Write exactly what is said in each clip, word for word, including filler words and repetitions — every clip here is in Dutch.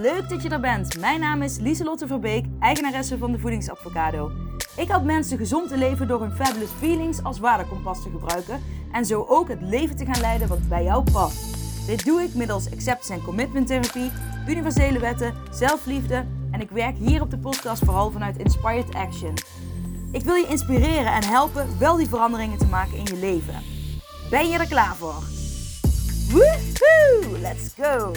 leuk dat je er bent. Mijn naam is Lieselotte Verbeek, eigenaresse van de Voedingsadvocado. Ik help mensen gezond te leven door hun fabulous feelings als waardekompas te gebruiken en zo ook het leven te gaan leiden wat bij jou past. Dit doe ik middels acceptance en commitment therapie, universele wetten, zelfliefde en ik werk hier op de podcast vooral vanuit Inspired Action. Ik wil je inspireren en helpen wel die veranderingen te maken in je leven. Ben je er klaar voor? Woehoe! Let's go!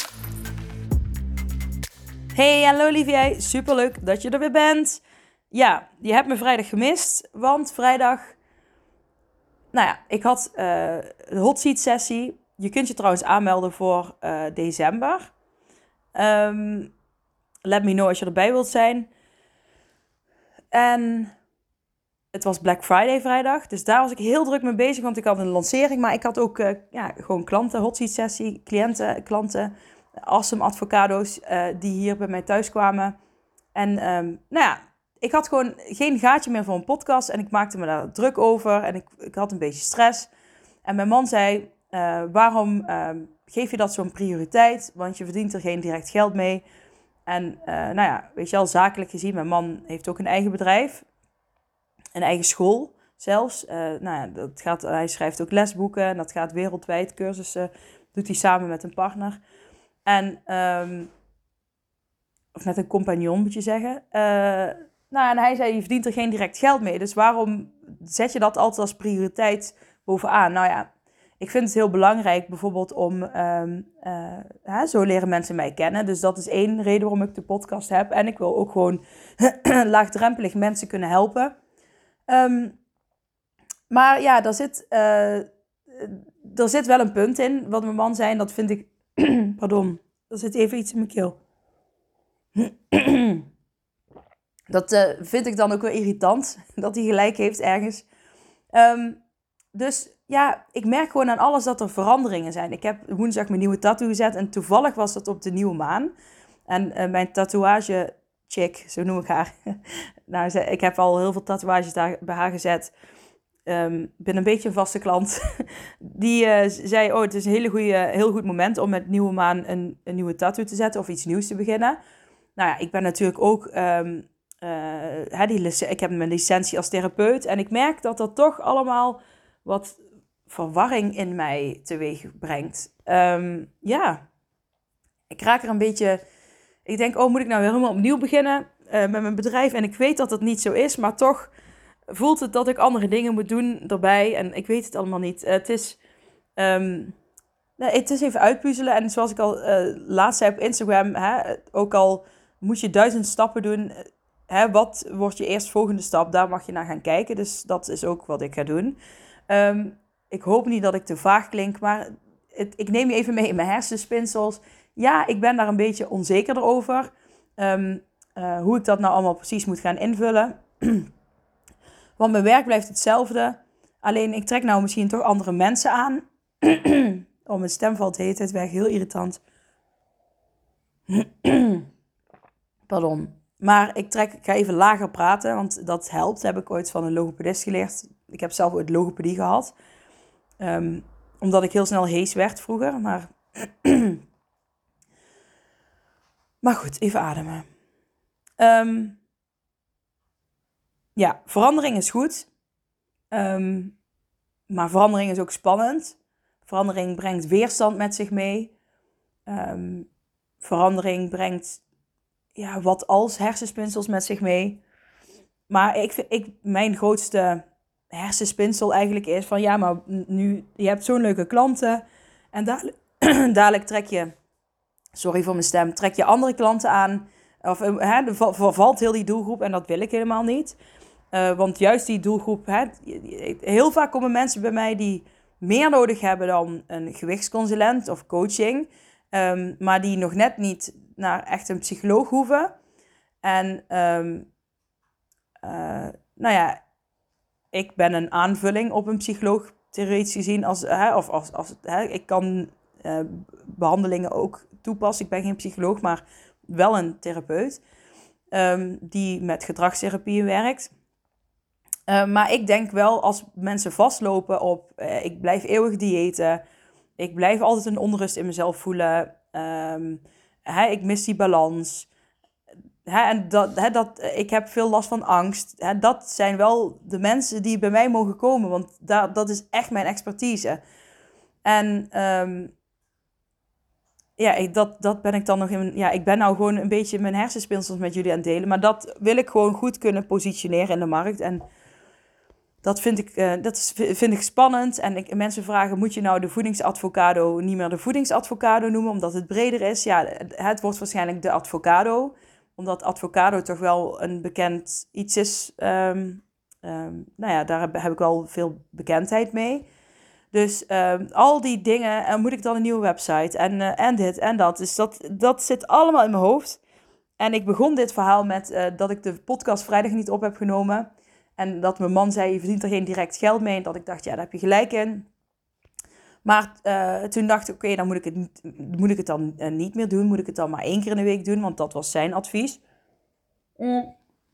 Hey, hallo lieve jij. Superleuk dat je er weer bent. Ja, je hebt me vrijdag gemist, want vrijdag... Nou ja, ik had uh, de hot seat sessie. Je kunt je trouwens aanmelden voor uh, december. Um, let me know als je erbij wilt zijn. En het was Black Friday vrijdag, dus daar was ik heel druk mee bezig, want ik had een lancering, maar ik had ook uh, ja, gewoon klanten, hot seat sessie, cliënten, klanten, awesome advocado's uh, die hier bij mij thuis kwamen. En um, nou ja, ik had gewoon geen gaatje meer voor een podcast en ik maakte me daar druk over en ik, ik had een beetje stress. En mijn man zei, uh, waarom uh, geef je dat zo'n prioriteit, want je verdient er geen direct geld mee. En uh, nou ja, weet je wel, zakelijk gezien, mijn man heeft ook een eigen bedrijf. Een eigen school zelfs. Uh, nou ja, dat gaat, hij schrijft ook lesboeken en dat gaat wereldwijd. Cursussen doet hij samen met een partner. En, um, of met een compagnon moet je zeggen. Uh, nou, en hij zei, je verdient er geen direct geld mee. Dus waarom zet je dat altijd als prioriteit bovenaan? Nou ja, ik vind het heel belangrijk bijvoorbeeld om... Um, uh, hè, zo leren mensen mij kennen. Dus dat is één reden waarom ik de podcast heb. En ik wil ook gewoon laagdrempelig mensen kunnen helpen. Um, maar ja, daar zit, uh, er zit wel een punt in, wat mijn man zei, en dat vind ik... pardon, er zit even iets in mijn keel. dat uh, vind ik dan ook wel irritant, dat hij gelijk heeft ergens. Um, dus ja, ik merk gewoon aan alles dat er veranderingen zijn. Ik heb woensdag mijn nieuwe tattoo gezet en toevallig was dat op de nieuwe maan. En uh, mijn tatoeage... chick, zo noem ik haar. nou, ze, ik heb al heel veel tatoeages daar bij haar gezet. Ik um, ben een beetje een vaste klant. Die uh, zei, oh, het is een hele goede, heel goed moment om met nieuwe maan een, een nieuwe tattoo te zetten of iets nieuws te beginnen. Nou ja, ik ben natuurlijk ook, um, uh, hè, die, ik heb mijn licentie als therapeut en ik merk dat dat toch allemaal wat verwarring in mij teweeg brengt. Um, ja, ik raak er een beetje... Ik denk, oh, moet ik nou weer helemaal opnieuw beginnen uh, met mijn bedrijf? En ik weet dat dat niet zo is, maar toch voelt het dat ik andere dingen moet doen erbij. En ik weet het allemaal niet. Uh, het is um, nee, het is even uitpuzzelen. En zoals ik al uh, laatst zei op Instagram, hè, ook al moet je duizend stappen doen, hè, wat wordt je eerstvolgende stap? Daar mag je naar gaan kijken. Dus dat is ook wat ik ga doen. Um, ik hoop niet dat ik te vaag klink, maar het, ik neem je even mee in mijn hersenspinsels. Ja, ik ben daar een beetje onzeker over. Um, uh, hoe ik dat nou allemaal precies moet gaan invullen. Want mijn werk blijft hetzelfde. Alleen ik trek nou misschien toch andere mensen aan. oh, mijn stem valt de hele tijd weg. Heel irritant. Pardon. Maar ik, trek, ik ga even lager praten, want dat helpt. Dat heb ik ooit van een logopedist geleerd. Ik heb zelf ooit logopedie gehad. Um, omdat ik heel snel hees werd vroeger. Maar... Maar goed, even ademen. Um, ja, verandering is goed. Um, maar verandering is ook spannend. Verandering brengt weerstand met zich mee. Um, verandering brengt ja, wat als hersenspinsels met zich mee. Maar ik, ik, mijn grootste hersenspinsel eigenlijk is van... Ja, maar nu, je hebt zo'n leuke klanten. En dadelijk, dadelijk trek je... Sorry voor mijn stem. Trek je andere klanten aan. Of hè, vervalt heel die doelgroep. En dat wil ik helemaal niet. Uh, want juist die doelgroep. Hè, heel vaak komen mensen bij mij die meer nodig hebben dan een gewichtsconsulent of coaching. Um, maar die nog net niet naar echt een psycholoog hoeven. En um, uh, nou ja. Ik ben een aanvulling op een psycholoog. Theoretisch gezien. Als, hè, of als, als, hè, ik kan uh, behandelingen ook toepassen. Ik ben geen psycholoog, maar wel een therapeut. Um, die met gedragstherapieën werkt. Uh, maar ik denk wel als mensen vastlopen op... Uh, ik blijf eeuwig diëten. Ik blijf altijd een onrust in mezelf voelen. Um, Hè, ik mis die balans. Hè, en dat, hè, dat, ik heb veel last van angst. Hè, dat zijn wel de mensen die bij mij mogen komen. Want daar, dat is echt mijn expertise. En um, ja, ik, dat, dat ben ik dan nog in... Ja, ik ben nou gewoon een beetje mijn hersenspinsels met jullie aan het delen. Maar dat wil ik gewoon goed kunnen positioneren in de markt. En dat vind ik, uh, dat is, vind ik spannend. En ik, mensen vragen, moet je nou de voedingsadvocado niet meer de voedingsadvocado noemen, omdat het breder is? Ja, het wordt waarschijnlijk de advocado, omdat advocado toch wel een bekend iets is. Um, um, nou ja, daar heb, heb ik wel veel bekendheid mee. Dus um, al die dingen, en moet ik dan een nieuwe website en, uh, en dit en dat. Dus dat, dat zit allemaal in mijn hoofd. En ik begon dit verhaal met uh, dat ik de podcast vrijdag niet op heb genomen. En dat mijn man zei, je verdient er geen direct geld mee. En dat ik dacht, ja, daar heb je gelijk in. Maar uh, toen dacht ik, oké, okay, dan moet ik, het, moet ik het dan uh, niet meer doen. Moet ik het dan maar één keer in de week doen, want dat was zijn advies. Mm.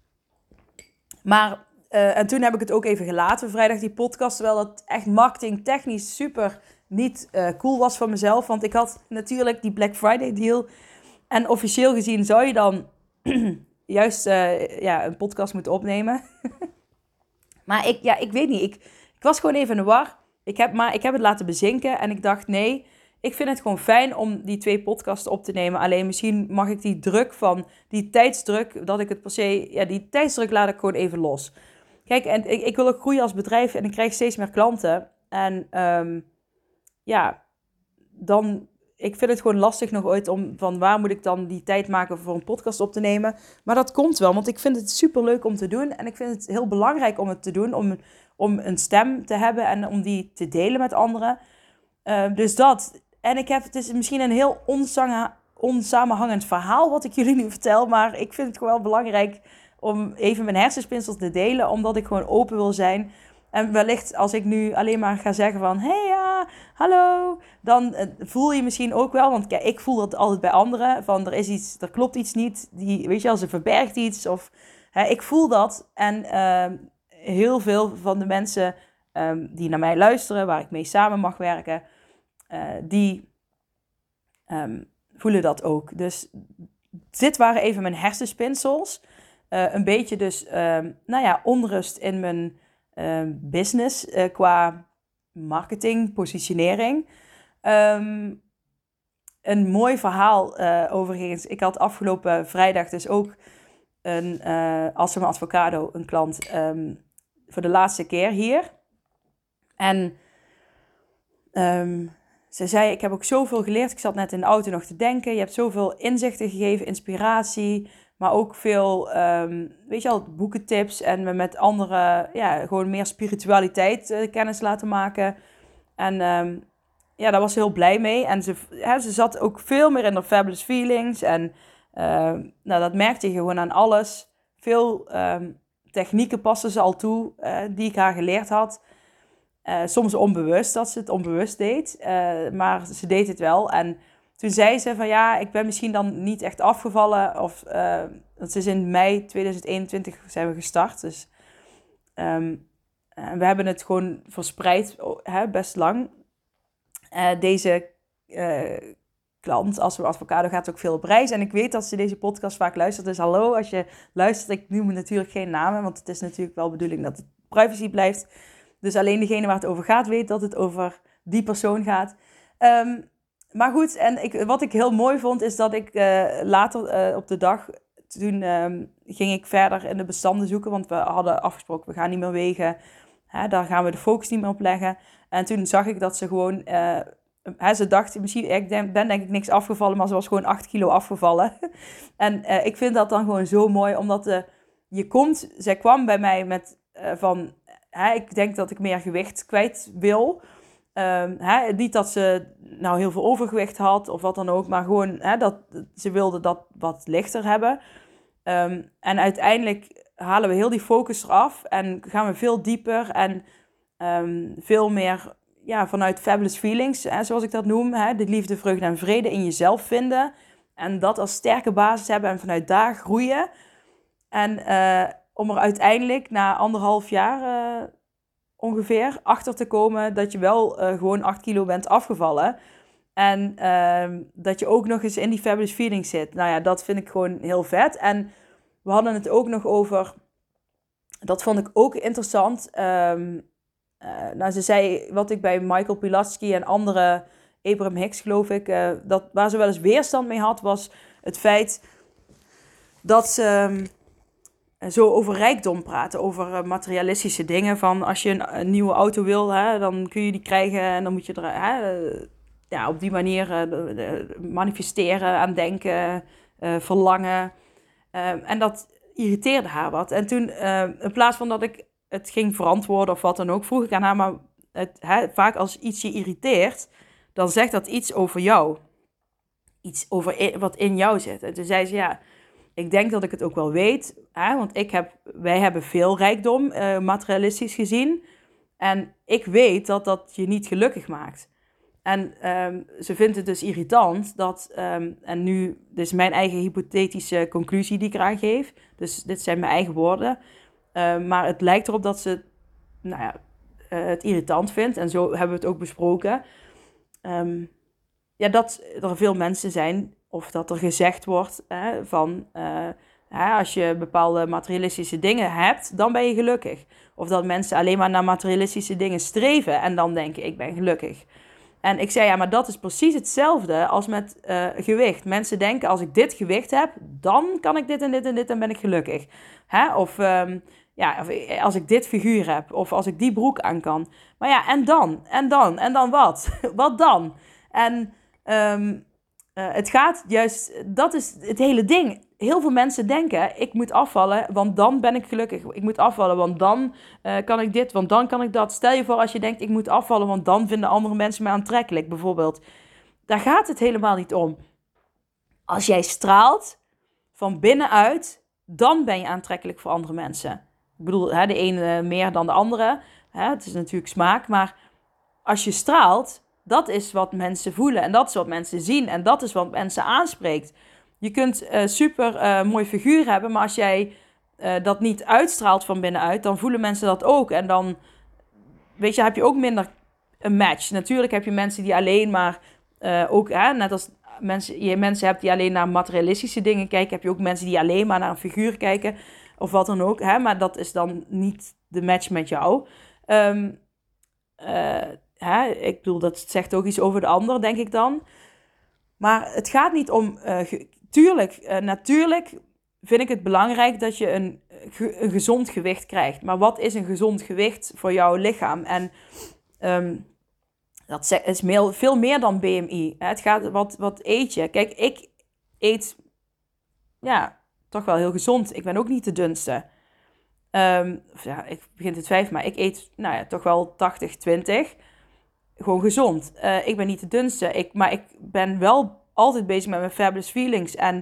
Maar, uh, en toen heb ik het ook even gelaten, vrijdag die podcast. Terwijl dat echt marketingtechnisch super niet uh, cool was van mezelf. Want ik had natuurlijk die Black Friday deal. En officieel gezien zou je dan juist uh, ja, een podcast moeten opnemen. Maar ik, ja, ik weet niet. Ik, ik was gewoon even in de war. Ik heb, maar ik heb het laten bezinken. En ik dacht, nee, ik vind het gewoon fijn om die twee podcasten op te nemen. Alleen misschien mag ik die druk van, die tijdsdruk, dat ik het per se... Ja, die tijdsdruk laat ik gewoon even los. Kijk, en ik, ik wil ook groeien als bedrijf en ik krijg steeds meer klanten. En um, ja, dan... Ik vind het gewoon lastig nog ooit om van waar moet ik dan die tijd maken voor een podcast op te nemen. Maar dat komt wel, want ik vind het super leuk om te doen. En ik vind het heel belangrijk om het te doen, om, om een stem te hebben en om die te delen met anderen. Uh, dus dat. En ik heb, het is misschien een heel onzang, onsamenhangend verhaal wat ik jullie nu vertel. Maar ik vind het gewoon wel belangrijk om even mijn hersenspinsels te delen, omdat ik gewoon open wil zijn. En wellicht als ik nu alleen maar ga zeggen van... Hey ja, hallo. Dan uh, voel je misschien ook wel... Want kijk, ik voel dat altijd bij anderen. Van er is iets, er klopt iets niet. Die, weet je wel, ze verbergt iets. Of, hè, ik voel dat. En uh, heel veel van de mensen um, die naar mij luisteren... Waar ik mee samen mag werken... Uh, die um, voelen dat ook. Dus dit waren even mijn hersenspinsels. Uh, een beetje dus, uh, nou ja, onrust in mijn... Uh, business uh, qua marketing, positionering. Um, een mooi verhaal uh, overigens. Ik had afgelopen vrijdag dus ook een uh, Assem Advocado, een klant, um, voor de laatste keer hier. En um, ze zei, ik heb ook zoveel geleerd. Ik zat net in de auto nog te denken. Je hebt zoveel inzichten gegeven, inspiratie... Maar ook veel, um, weet je al, boekentips en me met anderen, ja, gewoon meer spiritualiteit uh, kennis laten maken. En um, ja, daar was ze heel blij mee. En ze, hè, ze zat ook veel meer in haar fabulous feelings. En uh, nou, dat merkte je gewoon aan alles. Veel um, technieken passen ze al toe, uh, die ik haar geleerd had. Uh, soms onbewust, dat ze het onbewust deed. Uh, maar ze deed het wel. En toen zei ze van ja, ik ben misschien dan niet echt afgevallen. Of, uh, dat is in mei tweeduizend eenentwintig zijn we gestart. Dus um, uh, we hebben het gewoon verspreid, hè, best lang. Uh, deze uh, klant, als we advocado, gaat ook veel op reis. En ik weet dat ze deze podcast vaak luistert. Dus hallo, als je luistert, ik noem natuurlijk geen namen. Want het is natuurlijk wel de bedoeling dat het privacy blijft. Dus alleen degene waar het over gaat, weet dat het over die persoon gaat. Um, Maar goed, en ik, wat ik heel mooi vond, is dat ik uh, later uh, op de dag... Toen um, ging ik verder in de bestanden zoeken, want we hadden afgesproken, we gaan niet meer wegen. Hè, daar gaan we de focus niet meer op leggen. En toen zag ik dat ze gewoon... Uh, hè, ze dacht, misschien, ik denk, ben denk ik niks afgevallen, maar ze was gewoon acht kilo afgevallen. En uh, ik vind dat dan gewoon zo mooi, omdat uh, je komt... Zij kwam bij mij met uh, van... Hè, ik denk dat ik meer gewicht kwijt wil... Um, hè, niet dat ze nou heel veel overgewicht had of wat dan ook, maar gewoon hè, dat ze wilde dat wat lichter hebben. Um, en uiteindelijk halen we heel die focus eraf en gaan we veel dieper en um, veel meer ja, vanuit fabulous feelings, hè, zoals ik dat noem. Hè, de liefde, vreugde en vrede in jezelf vinden en dat als sterke basis hebben en vanuit daar groeien. En uh, om er uiteindelijk na anderhalf jaar... Uh, ongeveer achter te komen dat je wel uh, gewoon acht kilo bent afgevallen. En uh, dat je ook nog eens in die fabulous feelings zit. Nou ja, dat vind ik gewoon heel vet. En we hadden het ook nog over... Dat vond ik ook interessant. Um, uh, nou, ze zei wat ik bij Michael Pilatsky en andere... Abraham Hicks, geloof ik... Uh, dat, waar ze wel eens weerstand mee had, was het feit... dat ze... Um, zo over rijkdom praten, over uh, materialistische dingen. Van als je een, een nieuwe auto wil, hè, dan kun je die krijgen en dan moet je er hè, uh, ja, op die manier uh, uh, manifesteren, aan denken, uh, verlangen. Uh, en dat irriteerde haar wat. En toen, uh, in plaats van dat ik het ging verantwoorden of wat dan ook, vroeg ik aan haar, maar het, hè, vaak als iets je irriteert, dan zegt dat iets over jou. Iets over in, wat in jou zit. En toen zei ze, ja... Ik denk dat ik het ook wel weet, hè? Want ik heb, wij hebben veel rijkdom, uh, materialistisch gezien. En ik weet dat dat je niet gelukkig maakt. En um, ze vindt het dus irritant dat, um, en nu, dit is mijn eigen hypothetische conclusie die ik eraan geef. Dus dit zijn mijn eigen woorden. Uh, maar het lijkt erop dat ze nou ja, uh, het irritant vindt. En zo hebben we het ook besproken. Um, ja, dat er veel mensen zijn... Of dat er gezegd wordt hè, van... Uh, hè, als je bepaalde materialistische dingen hebt, dan ben je gelukkig. Of dat mensen alleen maar naar materialistische dingen streven... en dan denken, ik ben gelukkig. En ik zei, ja, maar dat is precies hetzelfde als met uh, gewicht. Mensen denken, als ik dit gewicht heb... dan kan ik dit en dit en dit en ben ik gelukkig. Hè? Of, um, ja, of als ik dit figuur heb... of als ik die broek aan kan. Maar ja, en dan? En dan? En dan wat? Wat dan? En... Um, Uh, het gaat juist, dat is het hele ding. Heel veel mensen denken, ik moet afvallen, want dan ben ik gelukkig. Ik moet afvallen, want dan uh, kan ik dit, want dan kan ik dat. Stel je voor als je denkt, ik moet afvallen, want dan vinden andere mensen mij aantrekkelijk, bijvoorbeeld. Daar gaat het helemaal niet om. Als jij straalt van binnenuit, dan ben je aantrekkelijk voor andere mensen. Ik bedoel, hè, de ene meer dan de andere. Hè, het is natuurlijk smaak, maar als je straalt... Dat is wat mensen voelen en dat is wat mensen zien en dat is wat mensen aanspreekt. Je kunt uh, super uh, mooi figuur hebben, maar als jij uh, dat niet uitstraalt van binnenuit, dan voelen mensen dat ook. En dan, weet je, heb je ook minder een match. Natuurlijk heb je mensen die alleen maar, uh, ook hè, net als mensen, je mensen hebt die alleen naar materialistische dingen kijken, heb je ook mensen die alleen maar naar een figuur kijken of wat dan ook. Hè, maar dat is dan niet de match met jou. Um, uh, Hè, ik bedoel, dat zegt ook iets over de ander, denk ik dan. Maar het gaat niet om... Uh, ge- tuurlijk, uh, natuurlijk vind ik het belangrijk dat je een, ge- een gezond gewicht krijgt. Maar wat is een gezond gewicht voor jouw lichaam? En um, dat is meer, veel meer dan B M I. Hè. Het gaat, wat, wat eet je? Kijk, ik eet ja, toch wel heel gezond. Ik ben ook niet de dunste. Um, ja, ik begin te twijfelen, maar ik eet nou ja, toch wel tachtig twintig. Gewoon gezond. Uh, ik ben niet de dunste, ik, maar ik ben wel altijd bezig met mijn fabulous feelings. En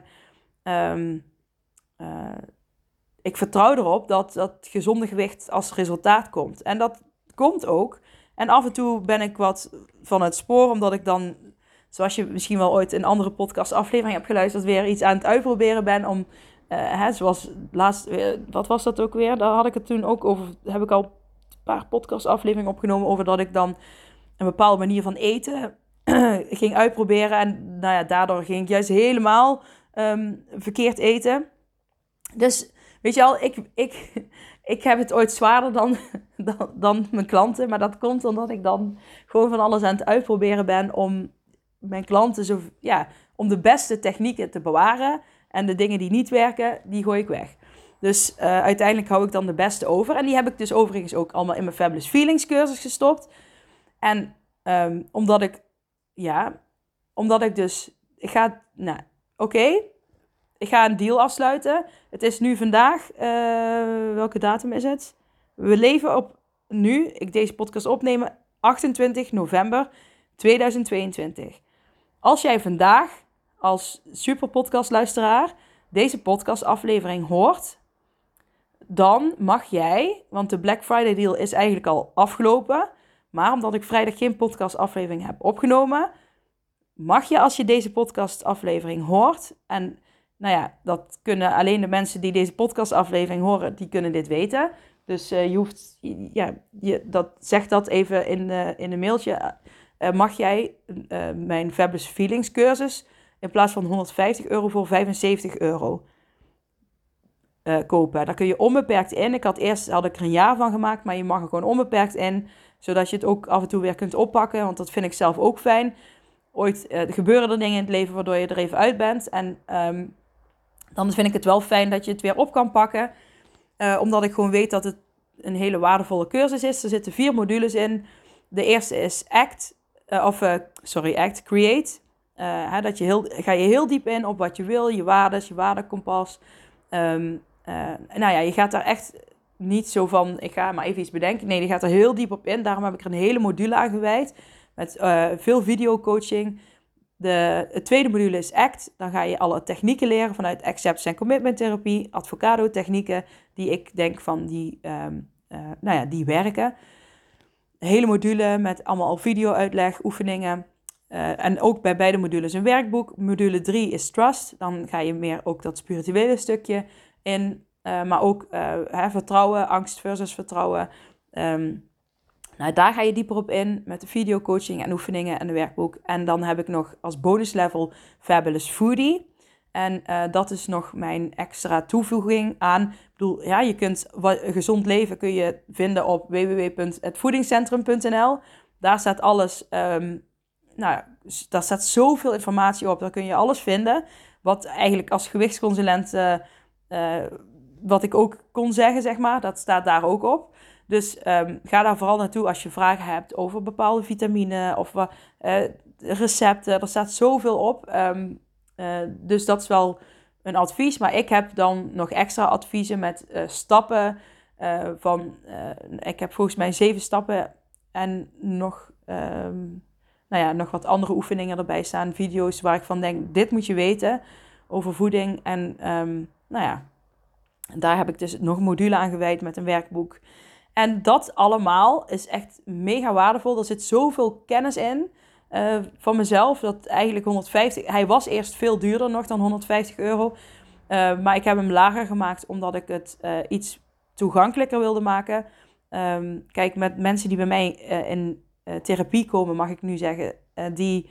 um, uh, ik vertrouw erop dat dat gezonde gewicht als resultaat komt. En dat komt ook. En af en toe ben ik wat van het spoor, omdat ik dan, zoals je misschien wel ooit een andere podcastaflevering hebt geluisterd, weer iets aan het uitproberen ben om, uh, hè, zoals laatst, uh, wat was dat ook weer? Daar had ik het toen ook over, heb ik al een paar podcastafleveringen opgenomen over dat ik dan een bepaalde manier van eten ging uitproberen. En nou ja, daardoor ging ik juist helemaal um, verkeerd eten. Dus weet je al, ik, ik, ik heb het ooit zwaarder dan, dan, dan mijn klanten. Maar dat komt omdat ik dan gewoon van alles aan het uitproberen ben om mijn klanten zo, ja, om de beste technieken te bewaren. En de dingen die niet werken, die gooi ik weg. Dus uh, uiteindelijk hou ik dan de beste over. En die heb ik dus overigens ook allemaal in mijn Fabulous Feelings cursus gestopt. En um, omdat ik, ja, omdat ik dus, ik ga, nou, oké, okay, ik ga een deal afsluiten. Het is nu vandaag, uh, welke datum is het? We leven op nu, ik deze podcast opnemen, achtentwintig november tweeduizend tweeëntwintig. Als jij vandaag als super podcastluisteraar deze podcastaflevering hoort, dan mag jij, want de Black Friday deal is eigenlijk al afgelopen, maar omdat ik vrijdag geen podcastaflevering heb opgenomen, mag je als je deze podcastaflevering hoort, en nou ja, dat kunnen alleen de mensen die deze podcastaflevering horen, die kunnen dit weten. Dus uh, je hoeft, ja, je, dat, zeg dat even in, uh, in een mailtje uh, mag jij uh, mijn Fabulous Feelings cursus in plaats van honderdvijftig euro voor vijfenzeventig euro uh, kopen. Daar kun je onbeperkt in. Ik had eerst had ik er een jaar van gemaakt, maar je mag er gewoon onbeperkt in, zodat je het ook af en toe weer kunt oppakken, want dat vind ik zelf ook fijn. Ooit uh, gebeuren er dingen in het leven waardoor je er even uit bent en um, dan vind ik het wel fijn dat je het weer op kan pakken, uh, omdat ik gewoon weet dat het een hele waardevolle cursus is. Er zitten vier modules in. De eerste is ACT, uh, of uh, sorry, ACT, Create. Uh, hè, dat je heel, ga je heel diep in op wat je wil, je waarden, je waardekompas. Um, uh, nou ja, je gaat daar echt niet zo van, ik ga maar even iets bedenken. Nee, je gaat er heel diep op in. Daarom heb ik er een hele module aan gewijd. Met uh, veel videocoaching. De, het tweede module is ACT. Dan ga je alle technieken leren vanuit acceptance en commitment therapie. Advocado technieken die ik denk van die, um, uh, nou ja, die werken. Een hele module met allemaal al video-uitleg, oefeningen. Uh, en ook bij beide modules een werkboek. Module drie is Trust. Dan ga je meer ook dat spirituele stukje in. Uh, maar ook uh, hè, vertrouwen, angst versus vertrouwen. Um, nou, daar ga je dieper op in met de videocoaching en oefeningen en de werkboek. En dan heb ik nog als bonuslevel Fabulous Foodie. En uh, dat is nog mijn extra toevoeging aan. Ik bedoel, ja, je kunt wat, gezond leven kun je vinden op w w w punt het voedingscentrum punt n l. Daar staat alles, um, nou, daar staat zoveel informatie op. Daar kun je alles vinden. Wat eigenlijk als gewichtsconsulent, uh, uh, wat ik ook kon zeggen, zeg maar, dat staat daar ook op. Dus um, ga daar vooral naartoe als je vragen hebt over bepaalde vitamine of uh, recepten. Er staat zoveel op. Um, uh, dus dat is wel een advies. Maar ik heb dan nog extra adviezen met uh, stappen. Uh, van, uh, ik heb volgens mij zeven stappen en nog, um, nou ja, nog wat andere oefeningen erbij staan. Video's waar ik van denk, dit moet je weten over voeding. En um, nou ja, daar heb ik dus nog een module aan gewijd met een werkboek. En dat allemaal is echt mega waardevol. Er zit zoveel kennis in uh, van mezelf. Dat eigenlijk honderdvijftig... Hij was eerst veel duurder nog dan honderdvijftig euro. Uh, maar ik heb hem lager gemaakt omdat ik het uh, iets toegankelijker wilde maken. Um, kijk, met mensen die bij mij uh, in uh, therapie komen, mag ik nu zeggen, uh, die...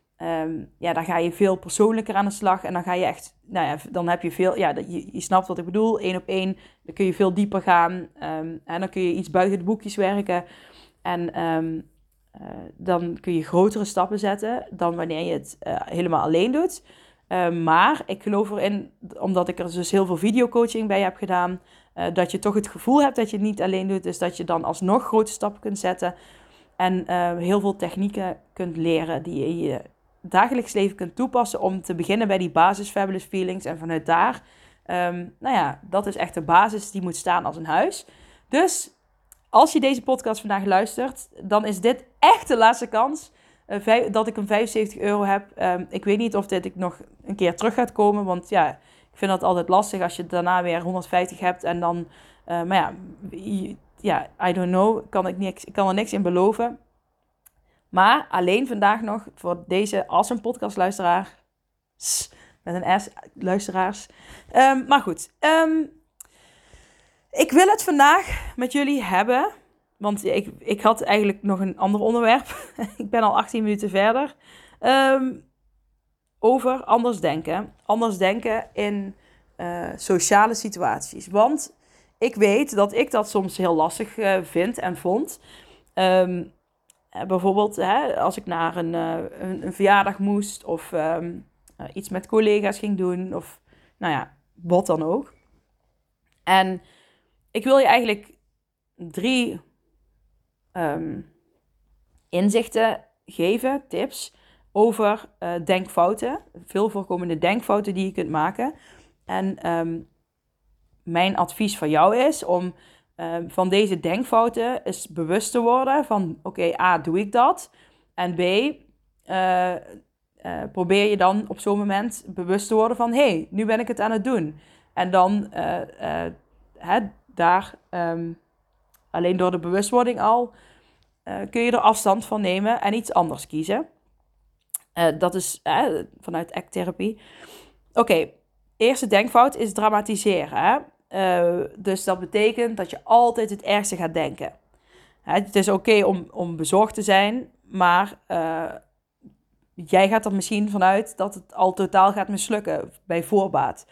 Um, ja, dan ga je veel persoonlijker aan de slag. En dan ga je echt, nou ja, dan heb je veel, ja, je, je snapt wat ik bedoel, één op één. Dan kun je veel dieper gaan. Um, en dan kun je iets buiten de boekjes werken. En um, uh, dan kun je grotere stappen zetten dan wanneer je het uh, helemaal alleen doet. Uh, maar ik geloof erin, omdat ik er dus heel veel videocoaching bij heb gedaan, uh, dat je toch het gevoel hebt dat je het niet alleen doet. Dus dat je dan alsnog grote stappen kunt zetten. En uh, heel veel technieken kunt leren die je in je dagelijks leven kunt toepassen om te beginnen bij die basis Fabulous Feelings. En vanuit daar, um, nou ja, dat is echt de basis die moet staan als een huis. Dus als je deze podcast vandaag luistert, dan is dit echt de laatste kans uh, vijf, dat ik een vijfenzeventig euro heb. Um, ik weet niet of dit ik nog een keer terug gaat komen, want ja, ik vind dat altijd lastig als je daarna weer honderdvijftig hebt en dan, uh, maar ja, ja, I don't know, kan ik, niks, ik kan er niks in beloven. Maar alleen vandaag nog voor deze awesome podcastluisteraar. Met een S, luisteraars. Um, maar goed. Um, ik wil het vandaag met jullie hebben. Want ik, ik had eigenlijk nog een ander onderwerp. Ik ben al achttien minuten verder. Um, over anders denken. Anders denken in uh, sociale situaties. Want ik weet dat ik dat soms heel lastig uh, vind en vond. Um, Uh, bijvoorbeeld hè, als ik naar een, uh, een, een verjaardag moest of um, uh, iets met collega's ging doen of nou ja, wat dan ook. En ik wil je eigenlijk drie um, inzichten geven, tips over uh, denkfouten. Veel voorkomende denkfouten die je kunt maken. En um, mijn advies voor jou is om Uh, van deze denkfouten is bewust te worden van oké, okay, A, doe ik dat? En B, uh, uh, probeer je dan op zo'n moment bewust te worden van hé, hey, nu ben ik het aan het doen. En dan uh, uh, hè, daar, um, alleen door de bewustwording al, uh, kun je er afstand van nemen en iets anders kiezen. Uh, dat is uh, vanuit ACT-therapie. Oké, okay, eerste denkfout is dramatiseren, hè? Uh, dus dat betekent dat je altijd het ergste gaat denken. Het is oké okay om, om bezorgd te zijn, maar uh, jij gaat er misschien vanuit dat het al totaal gaat mislukken bij voorbaat.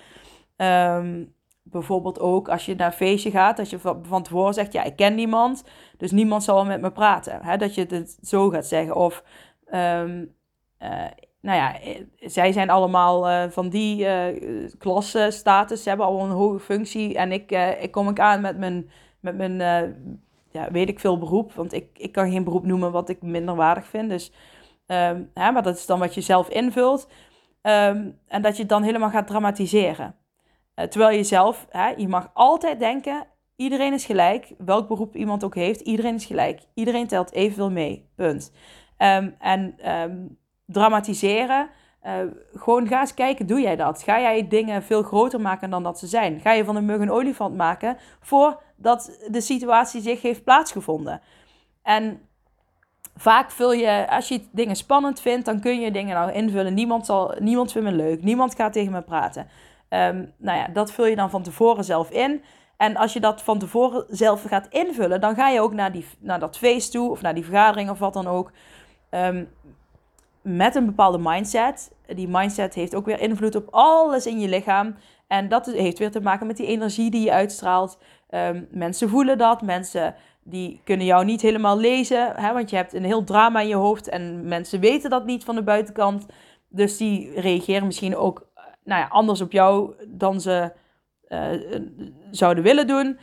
Um, bijvoorbeeld ook als je naar een feestje gaat, dat je van, van tevoren zegt, ja, ik ken niemand, dus niemand zal wel met me praten. Hè? Dat je het zo gaat zeggen. Of, um, uh, nou ja, zij zijn allemaal uh, van die uh, klasse, status, ze hebben al een hoge functie en ik, uh, ik kom ik aan met mijn, met mijn uh, ja, weet ik veel beroep, want ik, ik kan geen beroep noemen wat ik minder waardig vind, dus, um, hè, maar dat is dan wat je zelf invult. Um, en dat je het dan helemaal gaat dramatiseren. Uh, terwijl je zelf, hè, je mag altijd denken, iedereen is gelijk. Welk beroep iemand ook heeft, iedereen is gelijk. Iedereen telt evenveel mee, punt. Um, en um, dramatiseren, uh, gewoon ga eens kijken, doe jij dat? Ga jij dingen veel groter maken dan dat ze zijn? Ga je van een mug een olifant maken voordat de situatie zich heeft plaatsgevonden? En vaak vul je, als je dingen spannend vindt, dan kun je dingen nou invullen. Niemand, zal, niemand vindt me leuk, niemand gaat tegen me praten. Um, nou ja, dat vul je dan van tevoren zelf in. En als je dat van tevoren zelf gaat invullen, dan ga je ook naar, die, naar dat feest toe, of naar die vergadering of wat dan ook, um, met een bepaalde mindset. Die mindset heeft ook weer invloed op alles in je lichaam. En dat heeft weer te maken met die energie die je uitstraalt. Um, mensen voelen dat, mensen die kunnen jou niet helemaal lezen, hè, want je hebt een heel drama in je hoofd en mensen weten dat niet van de buitenkant. Dus die reageren misschien ook nou ja, anders op jou dan ze uh, zouden willen doen.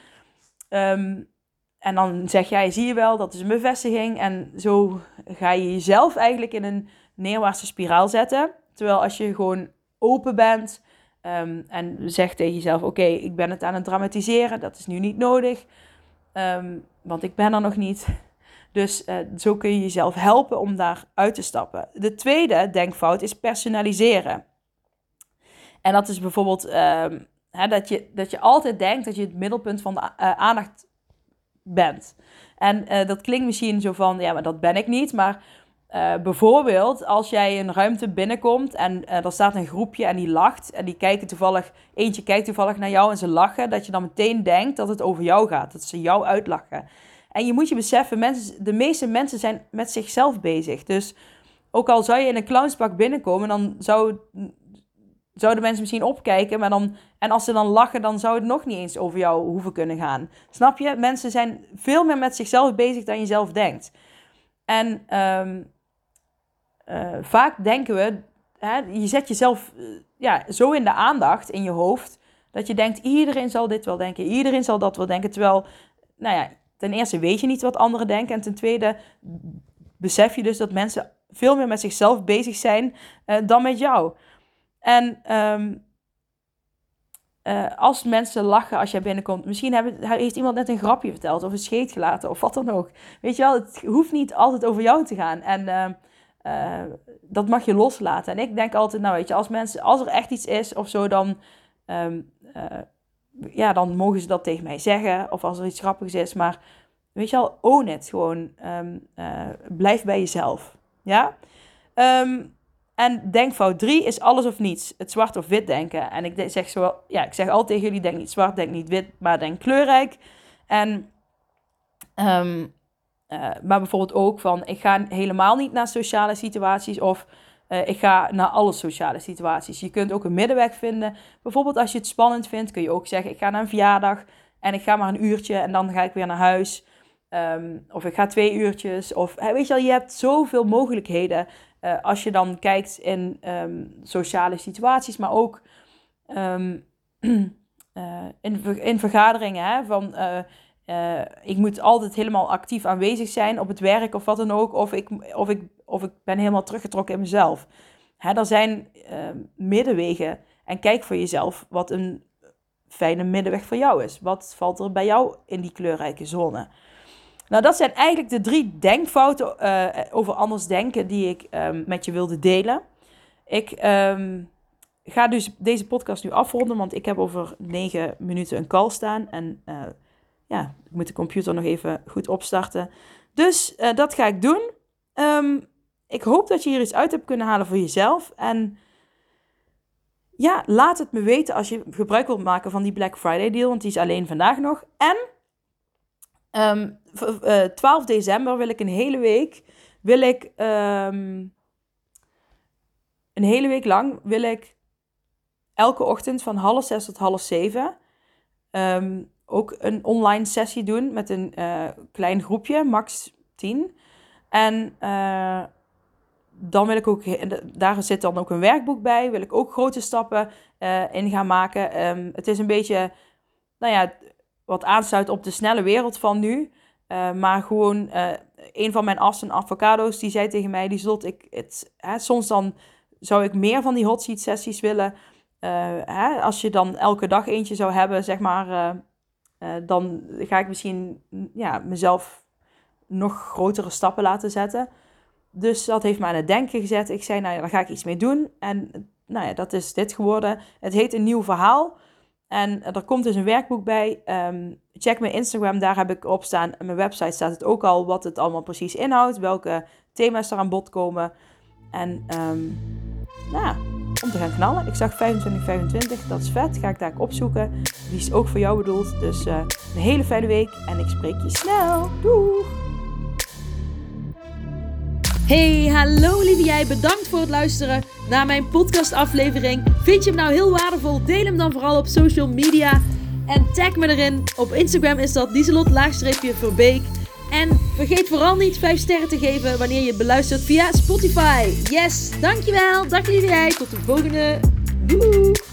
Um, en dan zeg jij, zie je wel, dat is een bevestiging. En zo ga je jezelf eigenlijk in een neerwaartse spiraal zetten. Terwijl als je gewoon open bent um, en zegt tegen jezelf, oké, okay, ik ben het aan het dramatiseren, dat is nu niet nodig. Um, want ik ben er nog niet. Dus uh, zo kun je jezelf helpen om daar uit te stappen. De tweede denkfout is personaliseren. En dat is bijvoorbeeld um, hè, dat, je, dat je altijd denkt dat je het middelpunt van de uh, aandacht bent. En uh, dat klinkt misschien zo van, ja, maar dat ben ik niet. Maar uh, bijvoorbeeld als jij een ruimte binnenkomt en uh, er staat een groepje en die lacht. En die kijken toevallig, eentje kijkt toevallig naar jou en ze lachen. Dat je dan meteen denkt dat het over jou gaat. Dat ze jou uitlachen. En je moet je beseffen, mensen, de meeste mensen zijn met zichzelf bezig. Dus ook al zou je in een clownspak binnenkomen, dan zou... zouden mensen misschien opkijken, maar dan, en als ze dan lachen, dan zou het nog niet eens over jou hoeven kunnen gaan. Snap je? Mensen zijn veel meer met zichzelf bezig dan je zelf denkt. En um, uh, vaak denken we, hè, je zet jezelf uh, ja, zo in de aandacht in je hoofd, dat je denkt, iedereen zal dit wel denken, iedereen zal dat wel denken. Terwijl, nou ja, ten eerste weet je niet wat anderen denken, en ten tweede besef je dus dat mensen veel meer met zichzelf bezig zijn uh, dan met jou. En um, uh, als mensen lachen als jij binnenkomt, misschien hebben, heeft iemand net een grapje verteld of een scheet gelaten of wat dan ook. Weet je wel, het hoeft niet altijd over jou te gaan. En uh, uh, dat mag je loslaten. En ik denk altijd, nou weet je, als, mensen, als er echt iets is of zo, dan, um, uh, ja, dan mogen ze dat tegen mij zeggen. Of als er iets grappigs is. Maar weet je wel, own it gewoon. Um, uh, blijf bij jezelf. Ja? Um, En denkfout drie is alles of niets. Het zwart of wit denken. En ik zeg, zo, ja, ik zeg altijd tegen jullie, denk niet zwart, denk niet wit, maar denk kleurrijk. En, um, uh, maar bijvoorbeeld ook van, ik ga helemaal niet naar sociale situaties of uh, ik ga naar alle sociale situaties. Je kunt ook een middenweg vinden. Bijvoorbeeld als je het spannend vindt, kun je ook zeggen, ik ga naar een verjaardag en ik ga maar een uurtje en dan ga ik weer naar huis. Um, of ik ga twee uurtjes. Of weet je wel, je hebt zoveel mogelijkheden. Uh, als je dan kijkt in um, sociale situaties, maar ook um, uh, in, in vergaderingen. Hè, van, uh, uh, ik moet altijd helemaal actief aanwezig zijn op het werk of wat dan ook. Of ik, of ik, of ik ben helemaal teruggetrokken in mezelf. Hè, er zijn uh, middenwegen. En kijk voor jezelf wat een fijne middenweg voor jou is. Wat valt er bij jou in die kleurrijke zone? Nou, dat zijn eigenlijk de drie denkfouten uh, over anders denken die ik um, met je wilde delen. Ik um, ga dus deze podcast nu afronden, want ik heb over negen minuten een call staan. En uh, ja, ik moet de computer nog even goed opstarten. Dus uh, dat ga ik doen. Um, ik hoop dat je hier iets uit hebt kunnen halen voor jezelf. En ja, laat het me weten als je gebruik wilt maken van die Black Friday deal, want die is alleen vandaag nog. En... Um, uh, twaalf december wil ik een hele week wil ik um, een hele week lang wil ik elke ochtend van half zes tot half zeven um, ook een online sessie doen met een uh, klein groepje, max tien. En uh, dan wil ik ook, daar zit dan ook een werkboek bij, wil ik ook grote stappen uh, in gaan maken. Um, het is een beetje, nou ja, wat aansluit op de snelle wereld van nu. Uh, maar gewoon, uh, een van mijn assen, avocado's, die zei tegen mij, die zult ik, het, hè, soms dan zou ik meer van die hot seat sessies willen. Uh, hè, als je dan elke dag eentje zou hebben, zeg maar, uh, uh, dan ga ik misschien ja, mezelf nog grotere stappen laten zetten. Dus dat heeft me aan het denken gezet. Ik zei, nou ja, daar ga ik iets mee doen. En nou ja, dat is dit geworden. Het heet Een Nieuw Verhaal. En er komt dus een werkboek bij. Um, check mijn Instagram, daar heb ik op staan. En mijn website staat het ook al, wat het allemaal precies inhoudt. Welke thema's er aan bod komen. En um, nou ja, om te gaan knallen. Ik zag vijfentwintig vijfentwintig, dat is vet. Ga ik daar opzoeken. Die is ook voor jou bedoeld. Dus uh, een hele fijne week. En ik spreek je snel. Doeg! Hey, hallo lieve jij. Bedankt voor het luisteren naar mijn podcastaflevering. Vind je hem nou heel waardevol? Deel hem dan vooral op social media. En tag me erin. Op Instagram is dat Lieselot-Verbeek. En vergeet vooral niet vijf sterren te geven wanneer je het beluistert via Spotify. Yes, dankjewel. Dag lieve jij. Tot de volgende. Doei.